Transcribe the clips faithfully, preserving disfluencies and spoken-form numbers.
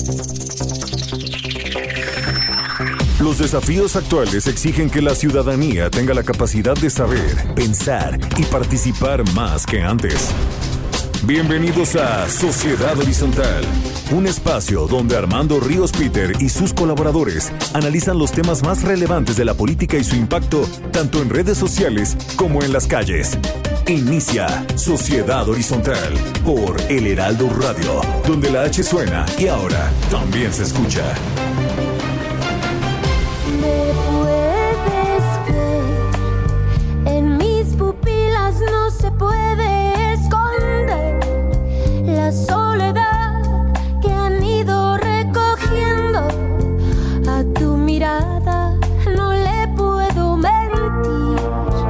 Los desafíos actuales exigen que la ciudadanía tenga la capacidad de saber, pensar y participar más que antes. Bienvenidos a Sociedad Horizontal, un espacio donde Armando Ríos Peter y sus colaboradores analizan los temas más relevantes de la política y su impacto, tanto en redes sociales como en las calles. Inicia Sociedad Horizontal por El Heraldo Radio, donde la H suena y ahora también se escucha. Me puedes ver, en mis pupilas no se puede esconder la soledad que han ido recogiendo. A tu mirada no le puedo mentir.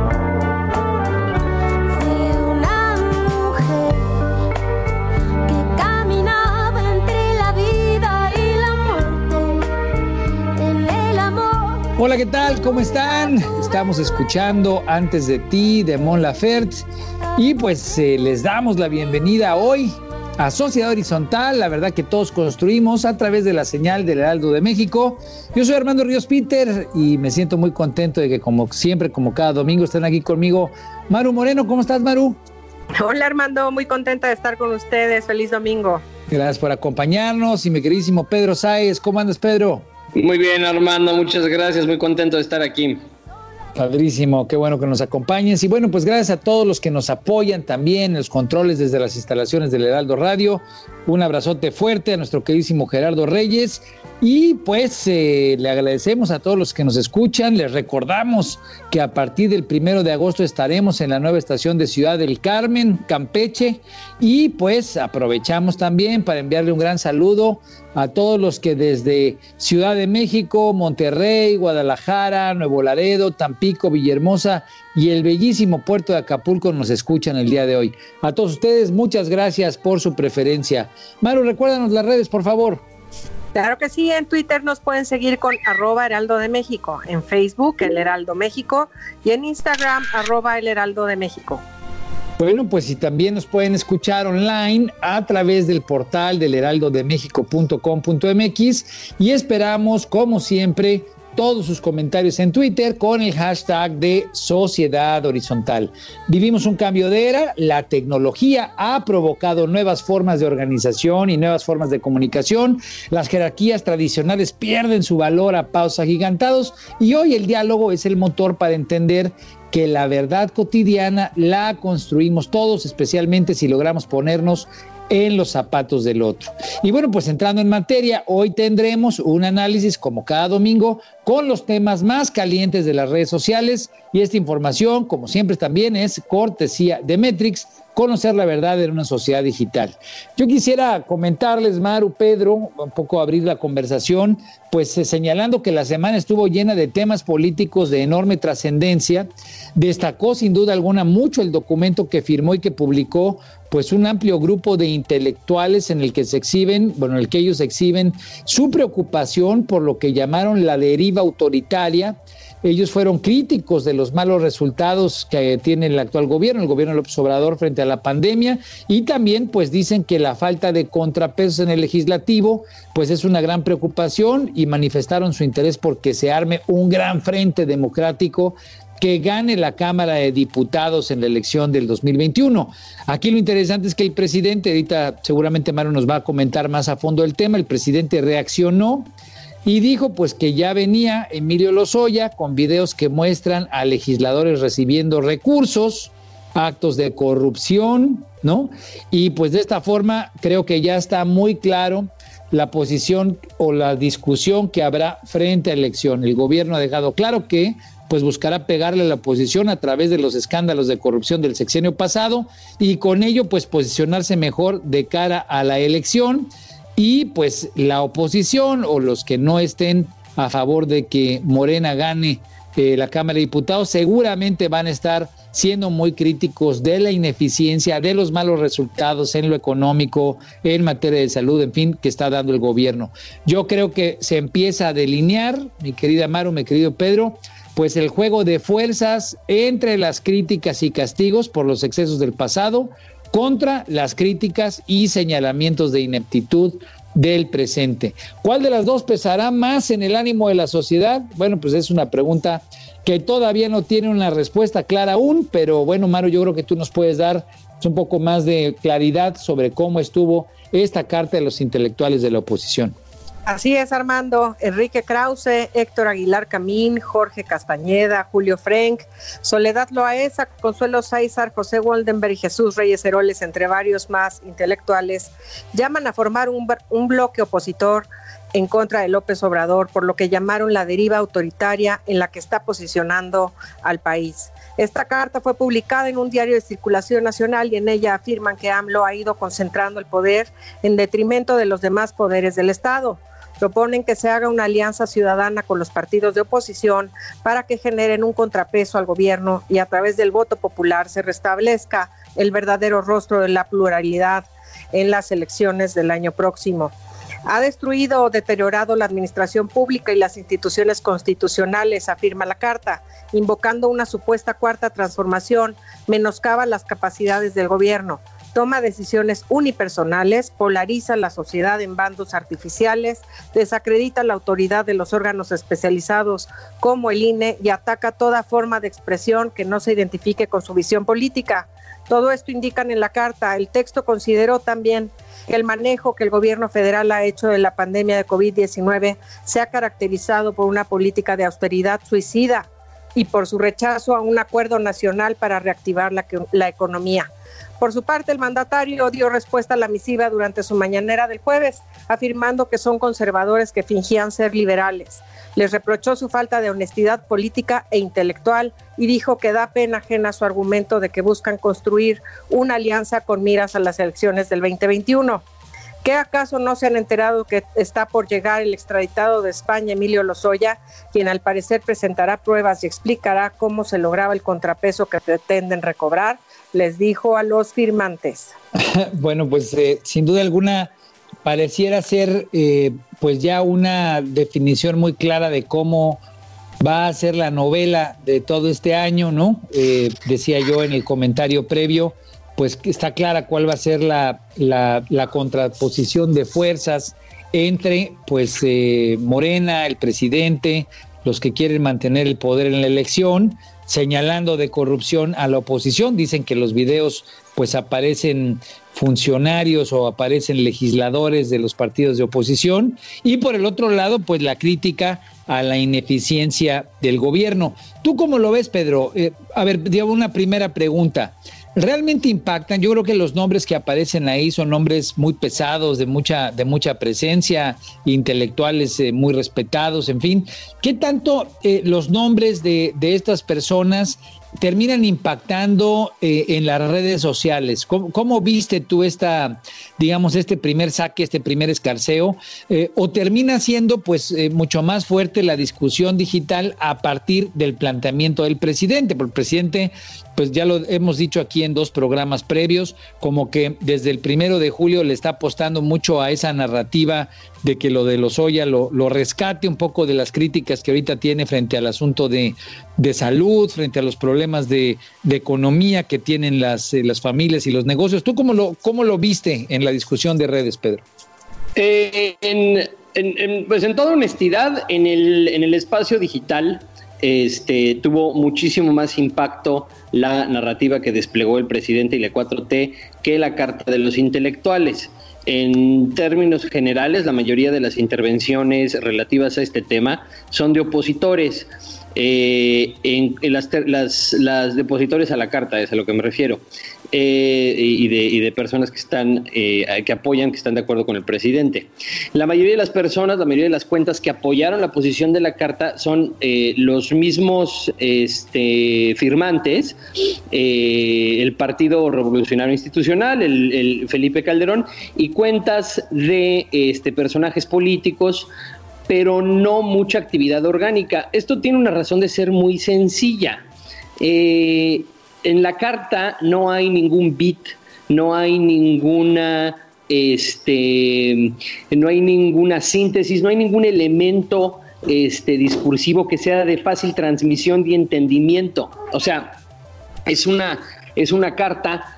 Fui una mujer que caminaba entre la vida y la muerte, en el amor. Hola, ¿qué tal? ¿Cómo están? Estamos escuchando Antes de ti de Mon Laferte y pues eh, les damos la bienvenida hoy a Sociedad Horizontal, la verdad que todos construimos a través de la señal del Heraldo de México. Yo soy Armando Ríos Peter y me siento muy contento de que como siempre, como cada domingo, están aquí conmigo Maru Moreno. ¿Cómo estás, Maru? Hola, Armando, muy contenta de estar con ustedes. Feliz domingo. Gracias por acompañarnos. Y mi queridísimo Pedro Sáez, ¿cómo andas, Pedro? Muy bien, Armando, muchas gracias, muy contento de estar aquí. Padrísimo, qué bueno que nos acompañes. Y bueno, pues gracias a todos los que nos apoyan también en los controles desde las instalaciones del Heraldo Radio. Un abrazote fuerte a nuestro queridísimo Gerardo Reyes. Y pues eh, le agradecemos a todos los que nos escuchan. Les recordamos que a partir del primero de agosto estaremos en la nueva estación de Ciudad del Carmen, Campeche. Y pues aprovechamos también para enviarle un gran saludo a todos los que desde Ciudad de México, Monterrey, Guadalajara, Nuevo Laredo, Tampico, Villahermosa y el bellísimo puerto de Acapulco nos escuchan el día de hoy. A todos ustedes, muchas gracias por su preferencia. Maru, recuérdanos las redes, por favor. Claro que sí, en Twitter nos pueden seguir con arroba Heraldo de México, en Facebook El Heraldo México y en Instagram arroba El Heraldo de México. Bueno, pues y también nos pueden escuchar online a través del portal del heraldo de méxico punto com punto m x y esperamos, como siempre, todos sus comentarios en Twitter con el hashtag de Sociedad Horizontal. Vivimos un cambio de era, la tecnología ha provocado nuevas formas de organización y nuevas formas de comunicación, las jerarquías tradicionales pierden su valor a pasos agigantados y hoy el diálogo es el motor para entender que la verdad cotidiana la construimos todos, especialmente si logramos ponernos en los zapatos del otro. Y bueno, pues entrando en materia, hoy tendremos un análisis, como cada domingo, con los temas más calientes de las redes sociales, y esta información, como siempre, también es cortesía de Metrix, conocer la verdad en una sociedad digital. Yo quisiera comentarles, Maru, Pedro, un poco abrir la conversación, pues eh, señalando que la semana estuvo llena de temas políticos de enorme trascendencia. Destacó sin duda alguna mucho el documento que firmó y que publicó pues un amplio grupo de intelectuales en el que se exhiben, bueno, en el que ellos exhiben su preocupación por lo que llamaron la deriva autoritaria. Ellos fueron críticos de los malos resultados que tiene el actual gobierno, el gobierno de López Obrador frente a la pandemia, y también pues dicen que la falta de contrapesos en el legislativo pues es una gran preocupación y manifestaron su interés por que se arme un gran frente democrático que gane la Cámara de Diputados en la elección del dos mil veintiuno. Aquí lo interesante es que el presidente, ahorita seguramente Maru nos va a comentar más a fondo el tema, el presidente reaccionó y dijo pues que ya venía Emilio Lozoya con videos que muestran a legisladores recibiendo recursos, actos de corrupción, ¿no? Y pues de esta forma creo que ya está muy claro la posición o la discusión que habrá frente a la elección. El gobierno ha dejado claro que pues buscará pegarle a la oposición a través de los escándalos de corrupción del sexenio pasado y con ello pues posicionarse mejor de cara a la elección. Y pues la oposición o los que no estén a favor de que Morena gane eh, la Cámara de Diputados seguramente van a estar siendo muy críticos de la ineficiencia, de los malos resultados en lo económico, en materia de salud, en fin, que está dando el gobierno. Yo creo que se empieza a delinear, mi querida Maru, mi querido Pedro, pues el juego de fuerzas entre las críticas y castigos por los excesos del pasado contra las críticas y señalamientos de ineptitud del presente. ¿Cuál de las dos pesará más en el ánimo de la sociedad? Bueno, pues es una pregunta que todavía no tiene una respuesta clara aún, pero bueno, Maru, yo creo que tú nos puedes dar un poco más de claridad sobre cómo estuvo esta carta de los intelectuales de la oposición. Así es, Armando. Enrique Krause, Héctor Aguilar Camín, Jorge Castañeda, Julio Frenk, Soledad Loaesa, Consuelo Sáizar, José Woldenberg y Jesús Reyes Heroles, entre varios más intelectuales, llaman a formar un, un bloque opositor en contra de López Obrador, por lo que llamaron la deriva autoritaria en la que está posicionando al país. Esta carta fue publicada en un diario de circulación nacional y en ella afirman que AMLO ha ido concentrando el poder en detrimento de los demás poderes del Estado. Proponen que se haga una alianza ciudadana con los partidos de oposición para que generen un contrapeso al gobierno y a través del voto popular se restablezca el verdadero rostro de la pluralidad en las elecciones del año próximo. Ha destruido o deteriorado la administración pública y las instituciones constitucionales, afirma la carta, invocando una supuesta cuarta transformación, menoscaba las capacidades del gobierno, toma decisiones unipersonales, polariza la sociedad en bandos artificiales, desacredita la autoridad de los órganos especializados como el I N E y ataca toda forma de expresión que no se identifique con su visión política. Todo esto indican en la carta. El texto consideró también que el manejo que el gobierno federal ha hecho de la pandemia de COVID diecinueve se ha caracterizado por una política de austeridad suicida y por su rechazo a un acuerdo nacional para reactivar la, la economía. Por su parte, el mandatario dio respuesta a la misiva durante su mañanera del jueves, afirmando que son conservadores que fingían ser liberales. Les reprochó su falta de honestidad política e intelectual y dijo que da pena ajena su argumento de que buscan construir una alianza con miras a las elecciones del veinte veintiuno. ¿Qué acaso no se han enterado que está por llegar el extraditado de España, Emilio Lozoya, quien al parecer presentará pruebas y explicará cómo se lograba el contrapeso que pretenden recobrar? Les dijo a los firmantes. Bueno, pues eh, sin duda alguna pareciera ser eh, pues ya una definición muy clara de cómo va a ser la novela de todo este año, ¿no? Eh, decía yo en el comentario previo, pues está clara cuál va a ser la, la, la contraposición de fuerzas entre pues eh, Morena, el presidente, los que quieren mantener el poder en la elección, señalando de corrupción a la oposición. Dicen que los videos pues aparecen funcionarios o aparecen legisladores de los partidos de oposición, y por el otro lado pues la crítica a la ineficiencia del gobierno. ¿Tú cómo lo ves, Pedro? Eh, a ver, digo una primera pregunta. ¿Realmente impactan? Yo creo que los nombres que aparecen ahí son nombres muy pesados, de mucha, de mucha presencia, intelectuales eh, muy respetados, en fin. ¿Qué tanto eh, los nombres de, de estas personas terminan impactando eh, en las redes sociales? ¿Cómo, cómo viste tú esta, digamos, este primer saque, este primer escarceo? Eh, ¿O termina siendo pues eh, mucho más fuerte la discusión digital a partir del planteamiento del presidente? Porque el presidente, pues ya lo hemos dicho aquí en dos programas previos, como que desde el primero de julio le está apostando mucho a esa narrativa de que lo de Lozoya lo, lo rescate un poco de las críticas que ahorita tiene frente al asunto de, de salud, frente a los problemas de, de economía que tienen las, eh, las familias y los negocios. ¿Tú cómo lo, cómo lo viste en la discusión de redes, Pedro? Eh, en, en, en, pues en toda honestidad, en el, en el espacio digital este, tuvo muchísimo más impacto la narrativa que desplegó el presidente y la cuatro T que la carta de los intelectuales. En términos generales, la mayoría de las intervenciones relativas a este tema son de opositores, eh, en, en las, las, las de opositores a la carta, es a lo que me refiero, eh, y, de, y de personas que están eh, que apoyan, que están de acuerdo con el presidente. La mayoría de las personas, la mayoría de las cuentas que apoyaron la posición de la carta son eh, los mismos este, firmantes, eh, el Partido Revolucionario Institucional, el, el Felipe Calderón, y cuentas de este, personajes políticos, pero no mucha actividad orgánica. Esto tiene una razón de ser muy sencilla. Eh, en la carta no hay ningún beat, no hay ninguna, este, no hay ninguna síntesis, no hay ningún elemento este, discursivo que sea de fácil transmisión y entendimiento. O sea, es una, es una carta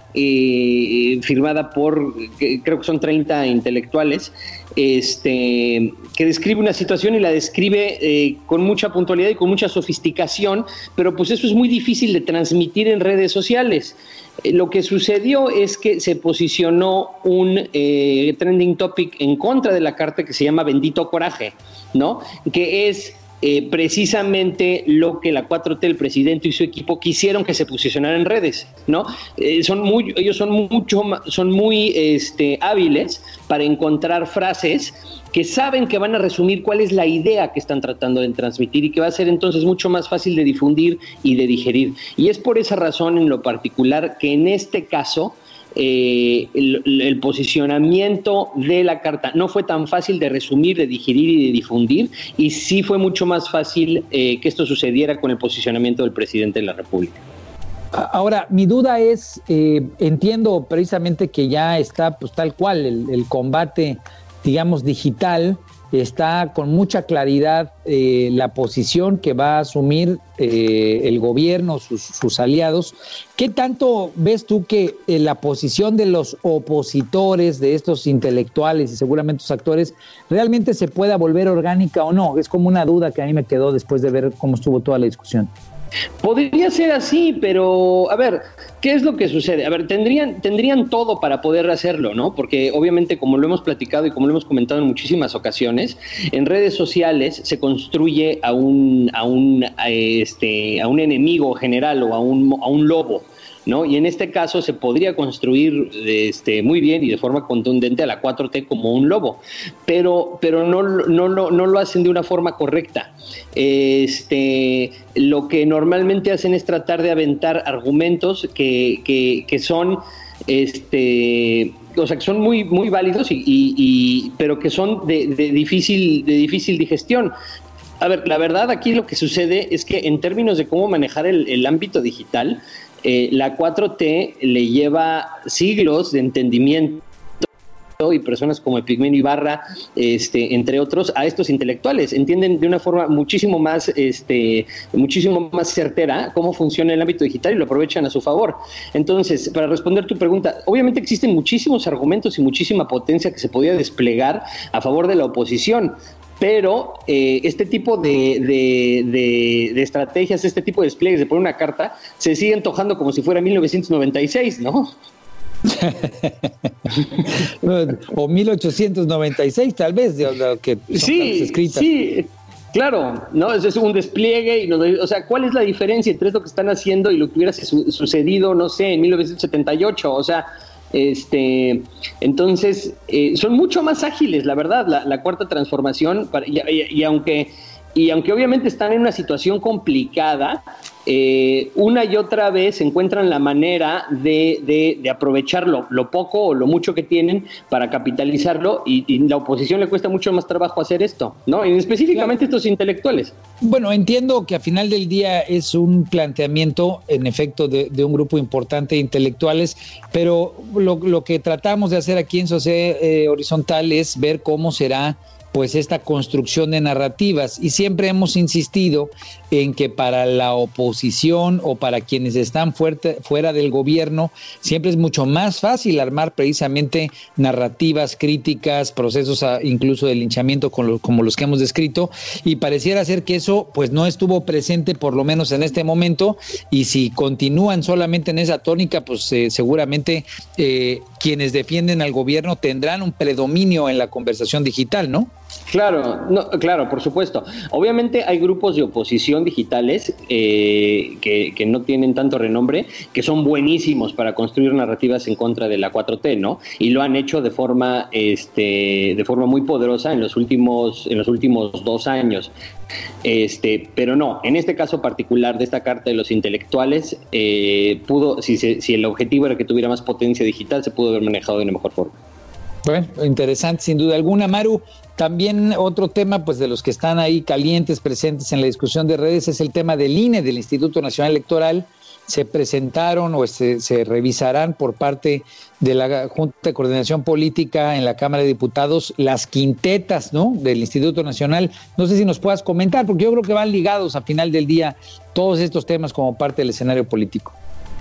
eh, firmada por, eh, creo que son treinta intelectuales, este, que describe una situación y la describe eh, con mucha puntualidad y con mucha sofisticación, pero pues eso es muy difícil de transmitir en redes sociales. Eh, lo que sucedió es que se posicionó un eh, trending topic en contra de la carta que se llama Bendito Coraje, ¿no? Que es Eh, precisamente lo que la cuatro T, el presidente y su equipo quisieron que se posicionara en redes, ¿no? Eh, son muy, ellos son mucho, son muy este, hábiles para encontrar frases que saben que van a resumir cuál es la idea que están tratando de transmitir y que va a ser entonces mucho más fácil de difundir y de digerir. Y es por esa razón en lo particular que en este caso Eh, el, el posicionamiento de la carta no fue tan fácil de resumir, de digerir y de difundir, y sí fue mucho más fácil eh, que esto sucediera con el posicionamiento del presidente de la República. Ahora, mi duda es, eh, entiendo precisamente que ya está pues tal cual el, el combate, digamos, digital, está con mucha claridad eh, la posición que va a asumir eh, el gobierno, sus, sus aliados. ¿Qué tanto ves tú que eh, la posición de los opositores, de estos intelectuales y seguramente sus actores, realmente se pueda volver orgánica o no? Es como una duda que a mí me quedó después de ver cómo estuvo toda la discusión. Podría ser así, pero a ver, ¿qué es lo que sucede? A ver, tendrían, tendrían todo para poder hacerlo, ¿no? Porque obviamente, como lo hemos platicado y como lo hemos comentado en muchísimas ocasiones, en redes sociales se construye a un, a un, a este, a un enemigo general o a un, a un lobo, ¿no? Y en este caso se podría construir este, muy bien y de forma contundente a la cuatro T como un lobo, pero, pero no, no, no, no lo hacen de una forma correcta. Este, lo que normalmente hacen es tratar de aventar argumentos que, que, que son este, o sea, que son muy, muy válidos, y, y, y, pero que son de, de, difícil, de difícil digestión. A ver, la verdad aquí lo que sucede es que en términos de cómo manejar el, el ámbito digital, Eh, la cuatro T le lleva siglos de entendimiento y personas como Epigmenio Ibarra, este, entre otros, a estos intelectuales. Entienden de una forma muchísimo más, este, muchísimo más certera cómo funciona el ámbito digital y lo aprovechan a su favor. Entonces, para responder tu pregunta, obviamente existen muchísimos argumentos y muchísima potencia que se podía desplegar a favor de la oposición. Pero eh, este tipo de, de, de, de estrategias, este tipo de despliegues de poner una carta, se sigue antojando como si fuera mil novecientos noventa y seis, ¿no? O mil ochocientos noventa y seis, tal vez, de lo que son sí, escritas. Sí, claro, ¿no? Es, es un despliegue, y nos, o sea, ¿cuál es la diferencia entre esto que están haciendo y lo que hubiera su, sucedido, no sé, en mil novecientos setenta y ocho? O sea, Este, entonces eh, son mucho más ágiles, la verdad, la, la cuarta transformación, para, y, y, y aunque y aunque obviamente están en una situación complicada, eh, una y otra vez encuentran la manera de, de, de aprovechar lo, lo poco o lo mucho que tienen para capitalizarlo, y, y la oposición le cuesta mucho más trabajo hacer esto, ¿no? Y específicamente estos intelectuales. Bueno, entiendo que a final del día es un planteamiento, en efecto, de, de un grupo importante de intelectuales, pero lo, lo que tratamos de hacer aquí en Sociedad eh, Horizontal es ver cómo será pues esta construcción de narrativas, y siempre hemos insistido en que para la oposición o para quienes están fuerte, fuera del gobierno, siempre es mucho más fácil armar precisamente narrativas críticas, procesos a, incluso de linchamiento con lo, como los que hemos descrito, y pareciera ser que eso pues no estuvo presente por lo menos en este momento, y si continúan solamente en esa tónica, pues eh, seguramente eh, quienes defienden al gobierno tendrán un predominio en la conversación digital, ¿no? Claro, no, claro, por supuesto. Obviamente hay grupos de oposición digitales eh, que, que no tienen tanto renombre, que son buenísimos para construir narrativas en contra de la cuatro T, ¿no? Y lo han hecho de forma, este, de forma muy poderosa en los últimos, en los últimos dos años. Este, pero no, en este caso particular de esta carta de los intelectuales, eh, pudo, si, se, si el objetivo era que tuviera más potencia digital, se pudo haber manejado de una mejor forma. Bueno, interesante sin duda alguna. Maru, también otro tema pues de los que están ahí calientes, presentes en la discusión de redes, es el tema del I N E, del Instituto Nacional Electoral. Se presentaron o se, se revisarán por parte de la Junta de Coordinación Política en la Cámara de Diputados las quintetas, ¿no?, del Instituto Nacional. No sé si nos puedas comentar, porque yo creo que van ligados a final del día todos estos temas como parte del escenario político.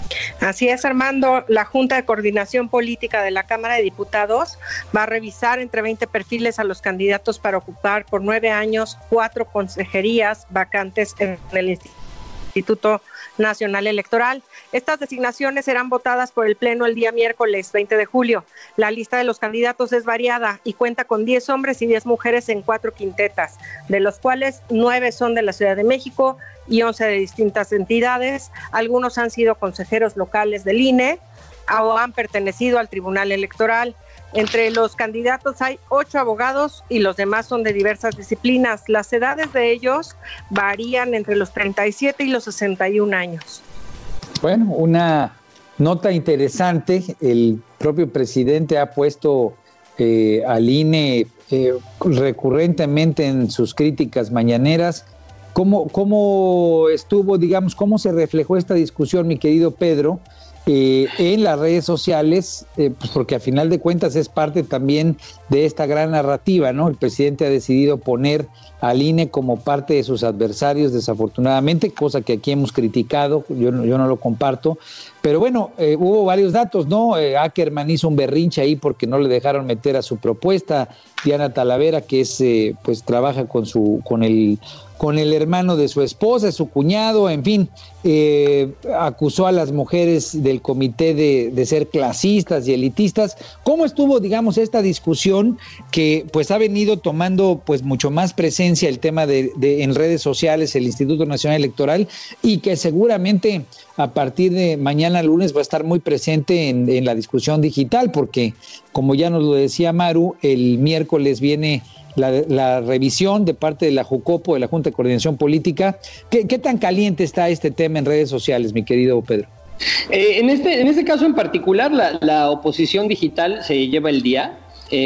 Así es, Armando. La Junta de Coordinación Política de la Cámara de Diputados va a revisar entre veinte perfiles a los candidatos para ocupar por nueve años cuatro consejerías vacantes en el Instituto Nacional Electoral. Estas designaciones serán votadas por el Pleno el día miércoles veinte de julio. La lista de los candidatos es variada y cuenta con diez hombres y diez mujeres en cuatro quintetas, de los cuales nueve son de la Ciudad de México y once de distintas entidades. Algunos han sido consejeros locales del I N E o han pertenecido al Tribunal Electoral. Entre los candidatos hay ocho abogados y los demás son de diversas disciplinas. Las edades de ellos varían entre los treinta y siete y los sesenta y un años. Bueno, una nota interesante. El propio presidente ha puesto eh, al I N E eh, recurrentemente en sus críticas mañaneras. ¿Cómo, cómo estuvo, digamos, cómo se reflejó esta discusión, mi querido Pedro, eh, en las redes sociales? Eh, pues porque a final de cuentas es parte también de esta gran narrativa, ¿no? El presidente ha decidido poner al I N E como parte de sus adversarios, desafortunadamente, cosa que aquí hemos criticado, yo no, yo no lo comparto, pero bueno, eh, hubo varios datos, ¿no? Eh, Ackerman hizo un berrinche ahí porque no le dejaron meter a su propuesta. Diana Talavera, que es, eh, pues trabaja con su, con el con el hermano de su esposa, su cuñado, en fin, eh, acusó a las mujeres del comité de, de ser clasistas y elitistas. ¿Cómo estuvo, digamos, esta discusión que pues ha venido tomando pues mucho más presencia el tema de, de en redes sociales, el Instituto Nacional Electoral, y que seguramente a partir de mañana lunes va a estar muy presente en, en la discusión digital, porque como ya nos lo decía Maru, el miércoles viene La, la revisión de parte de la Jucopo, de la Junta de Coordinación Política. ¿Qué, qué tan caliente está este tema en redes sociales, mi querido Pedro? Eh, en, este, en este caso en particular, la, la oposición digital se lleva el día.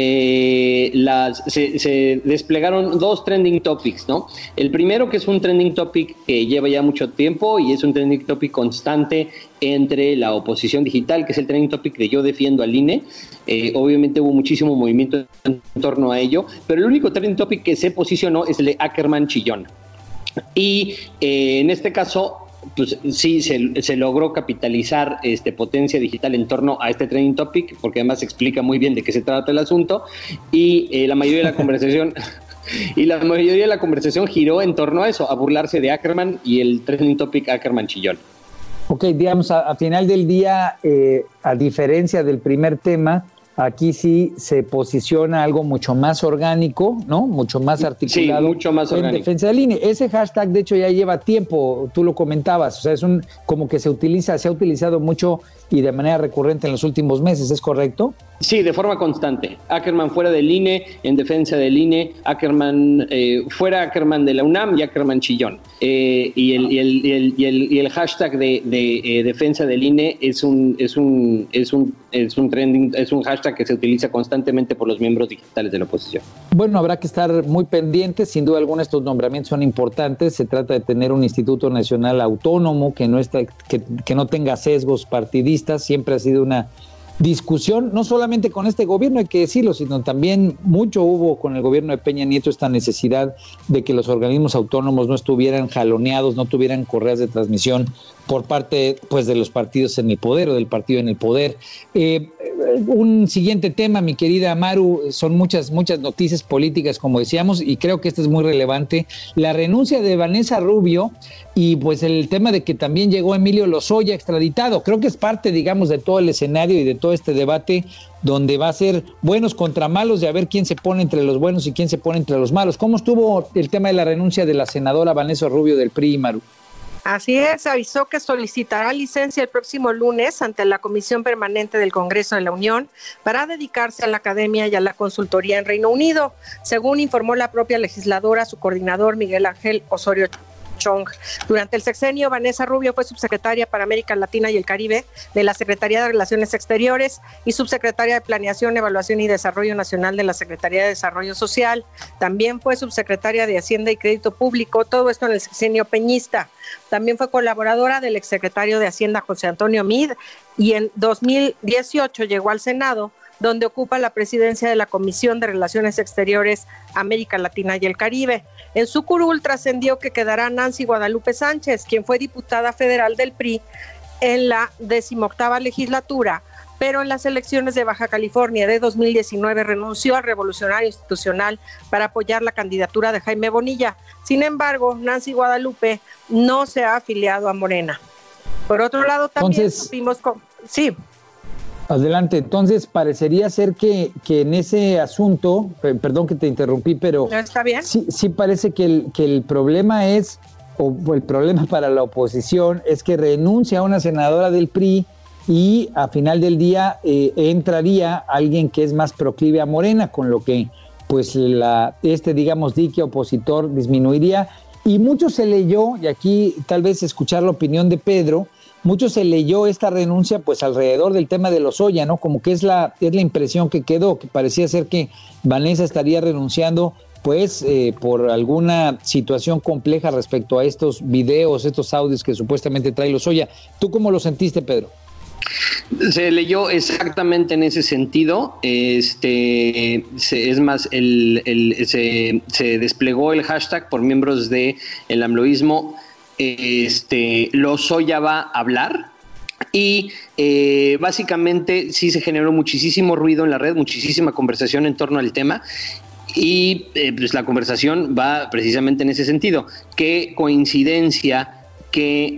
Eh, las, se, se desplegaron dos trending topics, ¿no? El primero, que es un trending topic que lleva ya mucho tiempo y es un trending topic constante entre la oposición digital, que es el trending topic de Yo Defiendo al I N E. Eh, obviamente hubo muchísimo movimiento en torno a ello, pero el único trending topic que se posicionó es el de Ackerman Chillón. Y eh, en este caso, pues sí, se, se logró capitalizar este, potencia digital en torno a este trending topic, porque además explica muy bien de qué se trata el asunto, y eh, la mayoría de la conversación y la mayoría de la conversación giró en torno a eso, a burlarse de Ackerman y el trending topic Ackerman Chillón. Ok, digamos, a, a final del día, eh, a diferencia del primer tema, aquí sí se posiciona algo mucho más orgánico, ¿no? Mucho más articulado. Sí, mucho más orgánico. En defensa del I N E. Ese hashtag, de hecho, ya lleva tiempo, tú lo comentabas, o sea, es un como que se utiliza, se ha utilizado mucho y de manera recurrente en los últimos meses, ¿es correcto? Sí, de forma constante. Ackerman fuera del I N E, en defensa del I N E, Ackerman eh, fuera Ackerman de la UNAM y Ackerman Chillón. Eh, y, el, y, el, y, el, y, el, y el hashtag de, de eh, defensa del I N E es un, es un, es un, es un trending, es un hashtag que se utiliza constantemente por los miembros digitales de la oposición. Bueno, habrá que estar muy pendientes, sin duda alguna estos nombramientos son importantes. Se trata de tener un Instituto Nacional autónomo que no está, que, que no tenga sesgos partidistas. Siempre ha sido una discusión, no solamente con este gobierno, hay que decirlo, sino también mucho hubo con el gobierno de Peña Nieto esta necesidad de que los organismos autónomos no estuvieran jaloneados, no tuvieran correas de transmisión por parte pues de los partidos en el poder o del partido en el poder. Eh, un siguiente tema, mi querida Maru, son muchas, muchas noticias políticas, como decíamos, y creo que este es muy relevante. La renuncia de Vanessa Rubio y pues el tema de que también llegó Emilio Lozoya extraditado. Creo que es parte, digamos, de todo el escenario y de todo este debate donde va a ser buenos contra malos y a ver quién se pone entre los buenos y quién se pone entre los malos. ¿Cómo estuvo el tema de la renuncia de la senadora Vanessa Rubio del P R I, Maru? Así es, avisó que solicitará licencia el próximo lunes ante la Comisión Permanente del Congreso de la Unión para dedicarse a la academia y a la consultoría en Reino Unido, según informó la propia legisladora, su coordinador Miguel Ángel Osorio Chong. Durante el sexenio, Vanessa Rubio fue subsecretaria para América Latina y el Caribe de la Secretaría de Relaciones Exteriores y subsecretaria de Planeación, Evaluación y Desarrollo Nacional de la Secretaría de Desarrollo Social. También fue subsecretaria de Hacienda y Crédito Público, todo esto en el sexenio peñista. También fue colaboradora del exsecretario de Hacienda José Antonio Meade y en dos mil dieciocho llegó al Senado, donde ocupa la presidencia de la Comisión de Relaciones Exteriores, América Latina y el Caribe. En su curul trascendió que quedará Nancy Guadalupe Sánchez, quien fue diputada federal del P R I en la decimoctava legislatura, pero en las elecciones de Baja California de dos mil diecinueve renunció al Revolucionario Institucional para apoyar la candidatura de Jaime Bonilla. Sin embargo, Nancy Guadalupe no se ha afiliado a Morena. Por otro lado, también Entonces, supimos con... Sí. Adelante, entonces parecería ser que, que en ese asunto, perdón que te interrumpí, pero ¿Está bien? sí, sí parece que el, que el problema es, o el problema para la oposición es que renuncia a una senadora del P R I y a final del día eh, entraría alguien que es más proclive a Morena, con lo que pues la, este digamos dique opositor disminuiría, y mucho se leyó, y aquí tal vez escuchar la opinión de Pedro, mucho se leyó esta renuncia pues alrededor del tema de Lozoya, ¿no? Como que es la, es la impresión que quedó, que parecía ser que Vanessa estaría renunciando pues eh, por alguna situación compleja respecto a estos videos, estos audios que supuestamente trae Lozoya. ¿Tú cómo lo sentiste, Pedro? Se leyó exactamente en ese sentido. Este, se, es más, el, el, se, se desplegó el hashtag por miembros del de amloísmo. Este, Lozoya va a hablar. Y eh, básicamente sí se generó muchísimo ruido en la red, muchísima conversación en torno al tema. Y eh, pues la conversación va precisamente en ese sentido. Qué coincidencia que,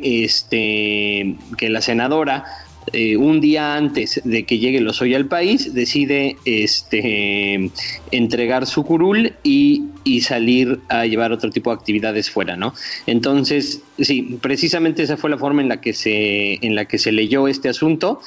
este, que la senadora, eh, un día antes de que llegue Lozoya al país, decide este, entregar su curul y, y salir a llevar otro tipo de actividades fuera, ¿no? Entonces, sí, precisamente esa fue la forma en la que se, en la que se leyó este asunto.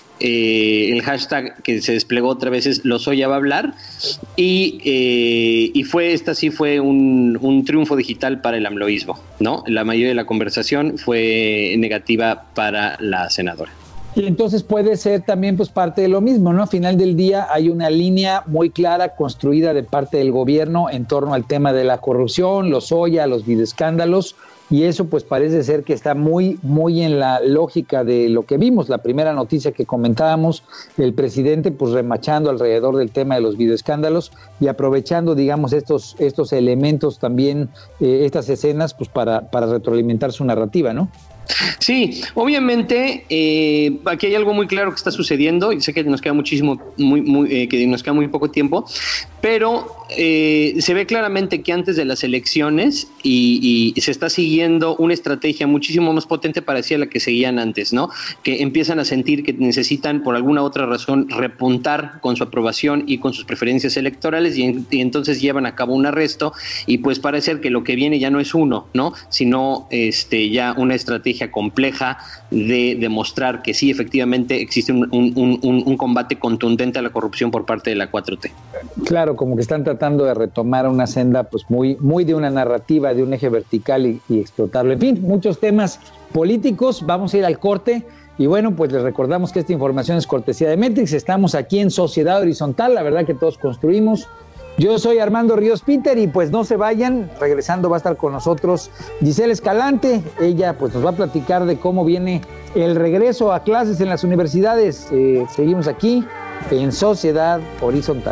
Eh, el hashtag que se desplegó otra vez es Lozoya va a hablar, y, eh, y fue esta sí fue un, un triunfo digital para el amloísmo, ¿no? La mayoría de la conversación fue negativa para la senadora. Y entonces puede ser también pues parte de lo mismo, ¿no? Al final del día hay una línea muy clara construida de parte del gobierno en torno al tema de la corrupción, Lozoya, los videoescándalos, y eso pues parece ser que está muy, muy en la lógica de lo que vimos, la primera noticia que comentábamos, el presidente pues remachando alrededor del tema de los videoescándalos y aprovechando, digamos, estos, estos elementos también, eh, estas escenas pues para, para retroalimentar su narrativa, ¿no? Sí, obviamente eh, aquí hay algo muy claro que está sucediendo y sé que nos queda muchísimo, muy, muy, eh, que nos queda muy poco tiempo, pero eh, se ve claramente que antes de las elecciones y, y se está siguiendo una estrategia muchísimo más potente parecida a la que seguían antes, ¿no? Que empiezan a sentir que necesitan por alguna otra razón repuntar con su aprobación y con sus preferencias electorales y, y entonces llevan a cabo un arresto y pues parece que lo que viene ya no es uno, ¿no? Sino este, ya una estrategia compleja de demostrar que sí, efectivamente existe un, un, un, un combate contundente a la corrupción por parte de la cuatro T. Claro, como que están tratando de retomar una senda pues muy, muy de una narrativa, de un eje vertical y, y explotarlo. En fin, muchos temas políticos. Vamos a ir al corte y bueno, pues les recordamos que esta información es cortesía de Metrix. Estamos aquí en Sociedad Horizontal, la verdad que todos construimos. Yo soy Armando Ríos Peter y pues no se vayan, regresando va a estar con nosotros Giselle Escalante. Ella pues nos va a platicar de cómo viene el regreso a clases en las universidades. Eh, seguimos aquí en Sociedad Horizontal.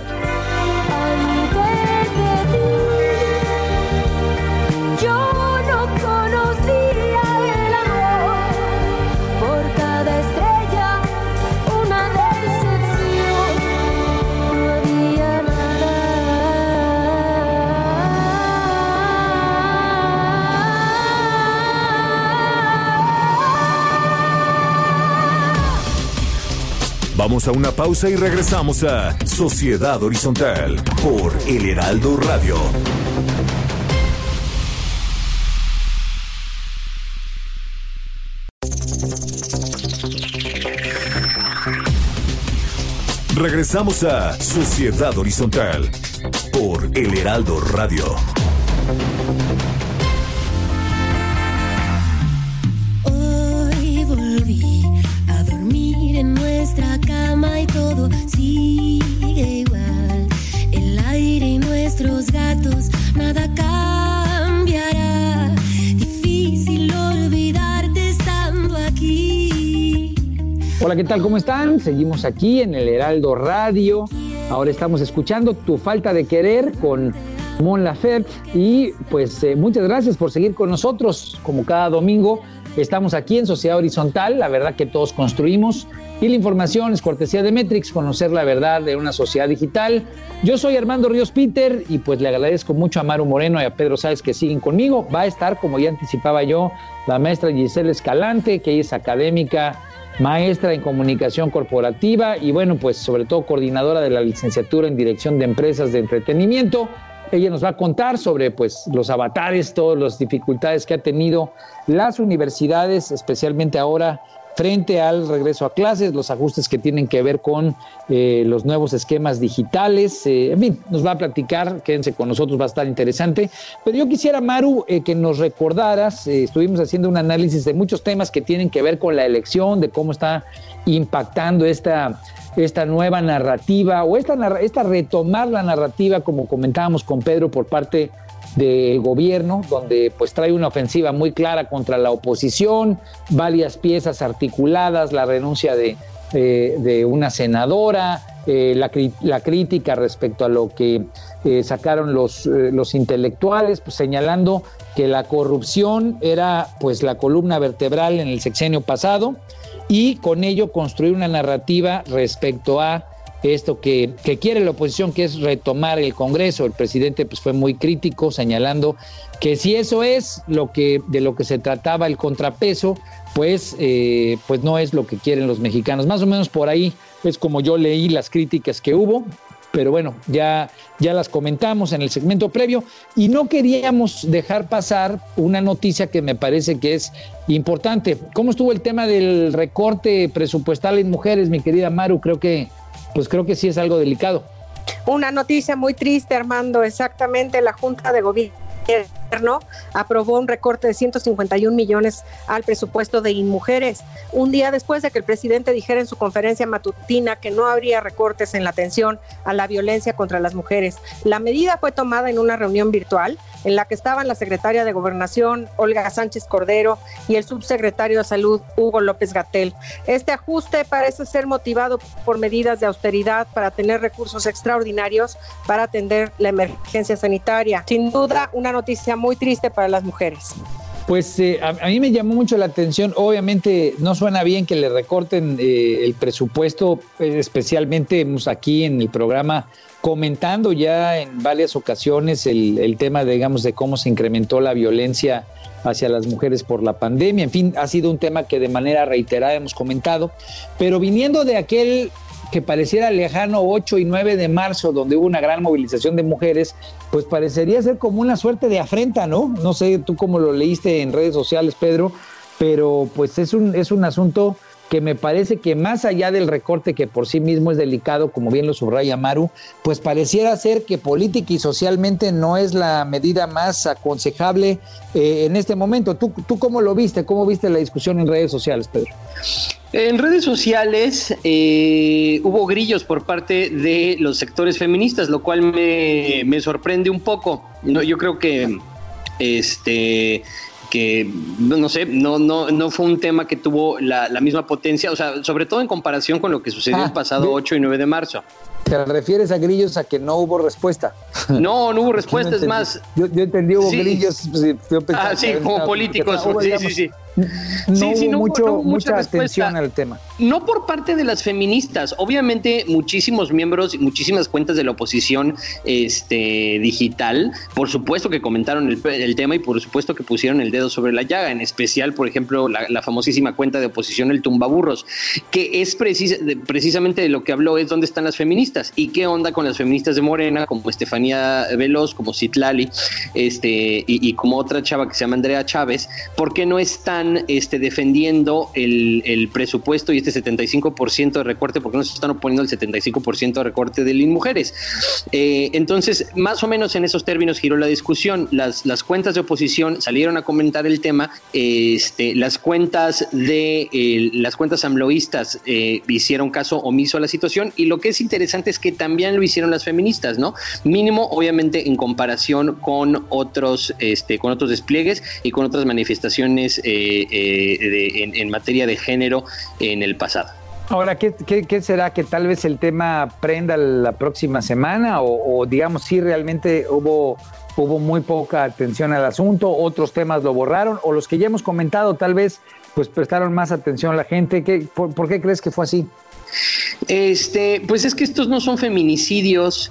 Vamos a una pausa y regresamos a Sociedad Horizontal por El Heraldo Radio. Regresamos a Sociedad Horizontal por El Heraldo Radio. Hoy volví a dormir en nuestra cama y todo sigue igual. El aire y nuestros gatos, nada cambiará. Difícil olvidarte estando aquí. Hola, ¿qué tal? ¿Cómo están? Seguimos aquí en El Heraldo Radio. Ahora estamos escuchando Tu Falta de Querer con Mon Laferte y pues eh, muchas gracias por seguir con nosotros como cada domingo Estamos aquí en Sociedad Horizontal, la verdad que todos construimos, y la información es cortesía de Metrix, conocer la verdad de una sociedad digital. Yo soy Armando Ríos Peter y pues le agradezco mucho a Maru Moreno y a Pedro Sáez que siguen conmigo. Va a estar, como ya anticipaba yo, la maestra Gisela Escalante, que ella es académica, maestra en comunicación corporativa y bueno, pues sobre todo coordinadora de la licenciatura en dirección de empresas de entretenimiento. Ella nos va a contar sobre pues los avatares, todas las dificultades que ha tenido las universidades, especialmente ahora frente al regreso a clases, los ajustes que tienen que ver con eh, los nuevos esquemas digitales. Eh, en fin, nos va a platicar, quédense con nosotros, va a estar interesante. Pero yo quisiera, Maru, eh, que nos recordaras, eh, estuvimos haciendo un análisis de muchos temas que tienen que ver con la elección, de cómo está impactando esta, esta nueva narrativa, o esta, esta retomar la narrativa, como comentábamos con Pedro, por parte del gobierno, donde pues trae una ofensiva muy clara contra la oposición, varias piezas articuladas, la renuncia de, eh, de una senadora, eh, la, la crítica respecto a lo que eh, sacaron los, eh, los intelectuales, pues señalando que la corrupción era pues la columna vertebral en el sexenio pasado, y con ello construir una narrativa respecto a esto que, que quiere la oposición, que es retomar el Congreso. El presidente pues fue muy crítico, señalando que si eso es lo que de lo que se trataba el contrapeso, pues, eh, pues no es lo que quieren los mexicanos. Más o menos por ahí es como yo leí las críticas que hubo, pero bueno, ya, ya las comentamos en el segmento previo y no queríamos dejar pasar una noticia que me parece que es importante. ¿Cómo estuvo el tema del recorte presupuestal en mujeres, mi querida Maru? Creo que Pues creo que sí es algo delicado. Una noticia muy triste, Armando. Exactamente, la Junta de Gobierno aprobó un recorte de ciento cincuenta y un millones al presupuesto de InMujeres, un día después de que el presidente dijera en su conferencia matutina que no habría recortes en la atención a la violencia contra las mujeres. La medida fue tomada en una reunión virtual en la que estaban la secretaria de Gobernación, Olga Sánchez Cordero, y el subsecretario de Salud, Hugo López-Gatell. Este ajuste parece ser motivado por medidas de austeridad para tener recursos extraordinarios para atender la emergencia sanitaria. Sin duda, una noticia muy triste para las mujeres. Pues eh, a, a mí me llamó mucho la atención. Obviamente no suena bien que le recorten eh, el presupuesto, eh, especialmente hemos aquí en el programa comentando ya en varias ocasiones el, el tema, digamos, de cómo se incrementó la violencia hacia las mujeres por la pandemia. En fin, ha sido un tema que de manera reiterada hemos comentado, pero viniendo de aquel que pareciera lejano ocho y nueve de marzo, donde hubo una gran movilización de mujeres, pues parecería ser como una suerte de afrenta, ¿no? No sé tú cómo lo leíste en redes sociales, Pedro, pero pues es un, es un asunto que me parece que más allá del recorte, que por sí mismo es delicado, como bien lo subraya Maru, pues pareciera ser que política y socialmente no es la medida más aconsejable eh, en este momento. ¿Tú, ¿Tú cómo lo viste? ¿Cómo viste la discusión en redes sociales, Pedro? En redes sociales eh, hubo grillos por parte de los sectores feministas, lo cual me, me sorprende un poco. No, yo creo que este... que no sé, no, no, no fue un tema que tuvo la, la misma potencia, o sea, sobre todo en comparación con lo que sucedió ah, el pasado bien. ocho y nueve de marzo. ¿Te refieres a grillos a que no hubo respuesta? No, no hubo respuesta, no es más. Yo, yo entendí, hubo sí. grillos. Pues, yo ah, sí, como políticos. Hubo, sí, digamos, sí, sí. No, sí, hubo, sí, no mucho, hubo, no hubo mucha, mucha atención al tema. No por parte de las feministas. Obviamente, muchísimos miembros y muchísimas cuentas de la oposición este, digital, por supuesto que comentaron el, el tema y por supuesto que pusieron el dedo sobre la llaga. En especial, por ejemplo, la, la famosísima cuenta de oposición, el Tumbaburros, que es precis, precisamente de lo que habló, es dónde están las feministas y qué onda con las feministas de Morena, como Estefanía Veloz, como Citlali, este, y, y como otra chava que se llama Andrea Chávez, ¿por qué no están este, defendiendo el, el presupuesto y este setenta y cinco por ciento de recorte? ¿Por qué no se están oponiendo al setenta y cinco por ciento de recorte de InMujeres? Eh, entonces, más o menos en esos términos giró la discusión. Las, las cuentas de oposición salieron a comentar el tema, este, las cuentas de eh, las cuentas amloístas eh, hicieron caso omiso a la situación, y lo que es interesante es que también lo hicieron las feministas, ¿no? Mínimo, obviamente, en comparación con otros, este, con otros despliegues y con otras manifestaciones eh, eh, de, en, en materia de género en el pasado. Ahora, ¿qué, qué, qué será? ¿Que tal vez el tema prenda la próxima semana? O, o digamos, si realmente hubo hubo muy poca atención al asunto, otros temas lo borraron, o los que ya hemos comentado tal vez pues prestaron más atención a la gente. ¿Qué, por, ¿Por qué crees que fue así? Este, pues es que estos no son feminicidios.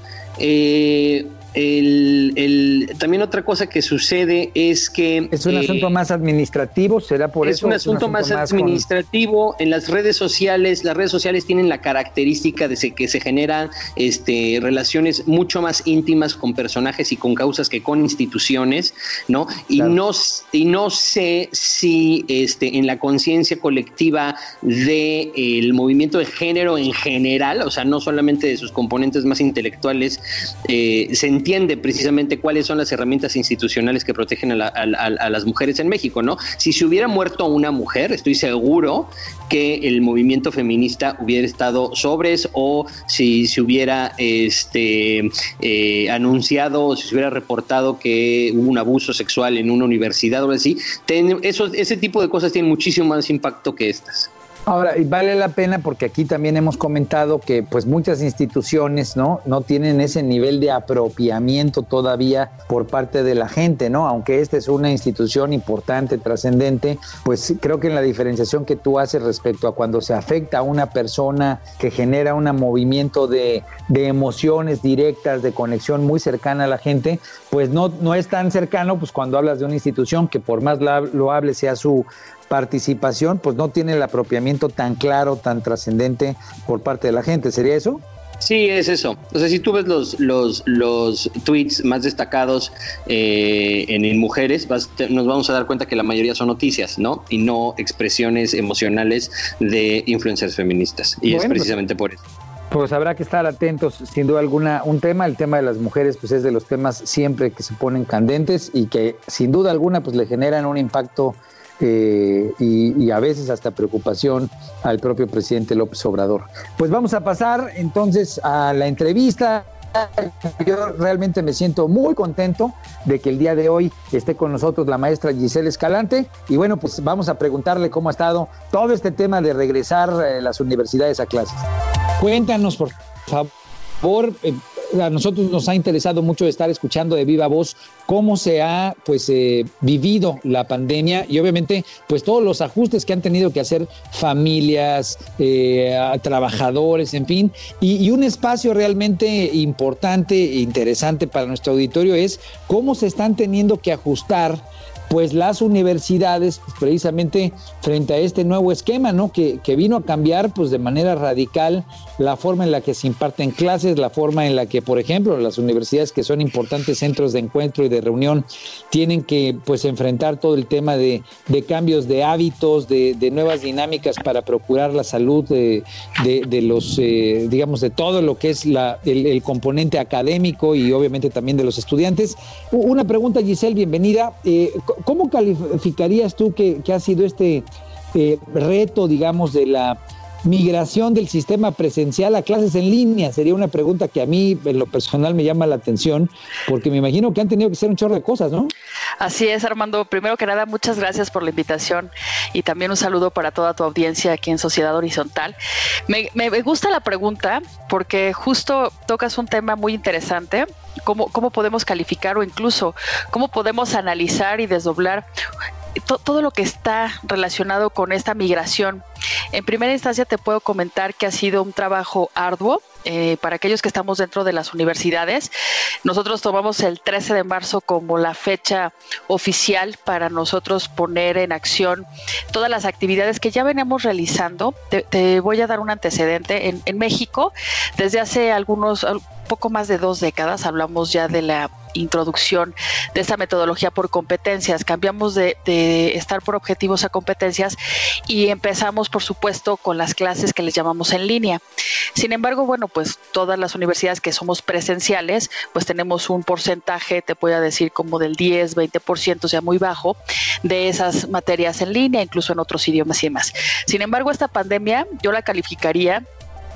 Eh, el, el, también otra cosa que sucede es que... ¿Es un eh, asunto más administrativo? ¿Será por es eso? Un es un asunto más, más administrativo. Con... En las redes sociales, las redes sociales tienen la característica de que se generan este, relaciones mucho más íntimas con personajes y con causas que con instituciones, ¿no? Y, claro. no, y no sé si este, en la conciencia colectiva del de movimiento de género en general, o sea, no solamente de sus componentes más intelectuales, eh, se entiende precisamente cuáles son las herramientas institucionales que protegen a, la, a, a, a las mujeres en México, ¿no? Si se hubiera muerto una mujer, estoy seguro que el movimiento feminista hubiera estado sobres, o si se hubiera este, eh, anunciado o si se hubiera reportado que hubo un abuso sexual en una universidad o así, ten, eso, ese tipo de cosas tienen muchísimo más impacto que estas. Ahora, y vale la pena porque aquí también hemos comentado que pues muchas instituciones, ¿no? no tienen ese nivel de apropiamiento todavía por parte de la gente, ¿no? Aunque esta es una institución importante, trascendente, pues creo que en la diferenciación que tú haces respecto a cuando se afecta a una persona que genera un movimiento de, de emociones directas, de conexión muy cercana a la gente, pues no, no es tan cercano pues cuando hablas de una institución que por más loable sea su participación, pues no tiene el apropiamiento tan claro, tan trascendente por parte de la gente. ¿Sería eso? Sí, es eso. O sea, si tú ves los los los tweets más destacados eh, en, en mujeres, vas, te, nos vamos a dar cuenta que la mayoría son noticias, ¿no? Y no expresiones emocionales de influencers feministas. Y bueno, es precisamente por eso. Pues habrá que estar atentos, sin duda alguna, un tema, el tema de las mujeres, pues es de los temas siempre que se ponen candentes y que sin duda alguna pues le generan un impacto Eh, y, y a veces hasta preocupación al propio presidente López Obrador. Pues vamos a pasar entonces a la entrevista. Yo realmente me siento muy contento de que el día de hoy esté con nosotros la maestra Giselle Escalante, y bueno, pues vamos a preguntarle cómo ha estado todo este tema de regresar eh, las universidades a clases. Cuéntanos, por favor. eh, A nosotros nos ha interesado mucho estar escuchando de viva voz cómo se ha pues eh, vivido la pandemia y obviamente pues todos los ajustes que han tenido que hacer familias, eh, trabajadores, en fin, y, y un espacio realmente importante e interesante para nuestro auditorio es cómo se están teniendo que ajustar pues las universidades pues, precisamente frente a este nuevo esquema, ¿no? Que, que vino a cambiar pues de manera radical la forma en la que se imparten clases, la forma en la que, por ejemplo, las universidades que son importantes centros de encuentro y de reunión tienen que pues enfrentar todo el tema de, de cambios de hábitos, de, de nuevas dinámicas para procurar la salud de, de, de los, eh, digamos, de todo lo que es la, el, el componente académico y obviamente también de los estudiantes. Una pregunta, Giselle, bienvenida. Eh, ¿Cómo calificarías tú que, que ha sido este eh, reto, digamos, de la migración del sistema presencial a clases en línea? Sería una pregunta que a mí, en lo personal, me llama la atención, porque me imagino que han tenido que hacer un chorro de cosas, ¿no? Así es, Armando. Primero que nada, muchas gracias por la invitación y también un saludo para toda tu audiencia aquí en Sociedad Horizontal. Me, me gusta la pregunta porque justo tocas un tema muy interesante. Cómo, cómo podemos calificar o incluso cómo podemos analizar y desdoblar to, todo lo que está relacionado con esta migración. En primera instancia te puedo comentar que ha sido un trabajo arduo. Eh, para aquellos que estamos dentro de las universidades, nosotros tomamos el trece de marzo como la fecha oficial para nosotros poner en acción todas las actividades que ya venimos realizando. Te, te voy a dar un antecedente. En, en México, desde hace algunos, poco más de dos décadas, hablamos ya de la introducción de esta metodología por competencias. Cambiamos de, de estar por objetivos a competencias y empezamos, por supuesto, con las clases que les llamamos en línea. Sin embargo, bueno, pues todas las universidades que somos presenciales, pues tenemos un porcentaje, te voy a decir como del diez, veinte por ciento, o sea, muy bajo, de esas materias en línea, incluso en otros idiomas y demás. Sin embargo, esta pandemia yo la calificaría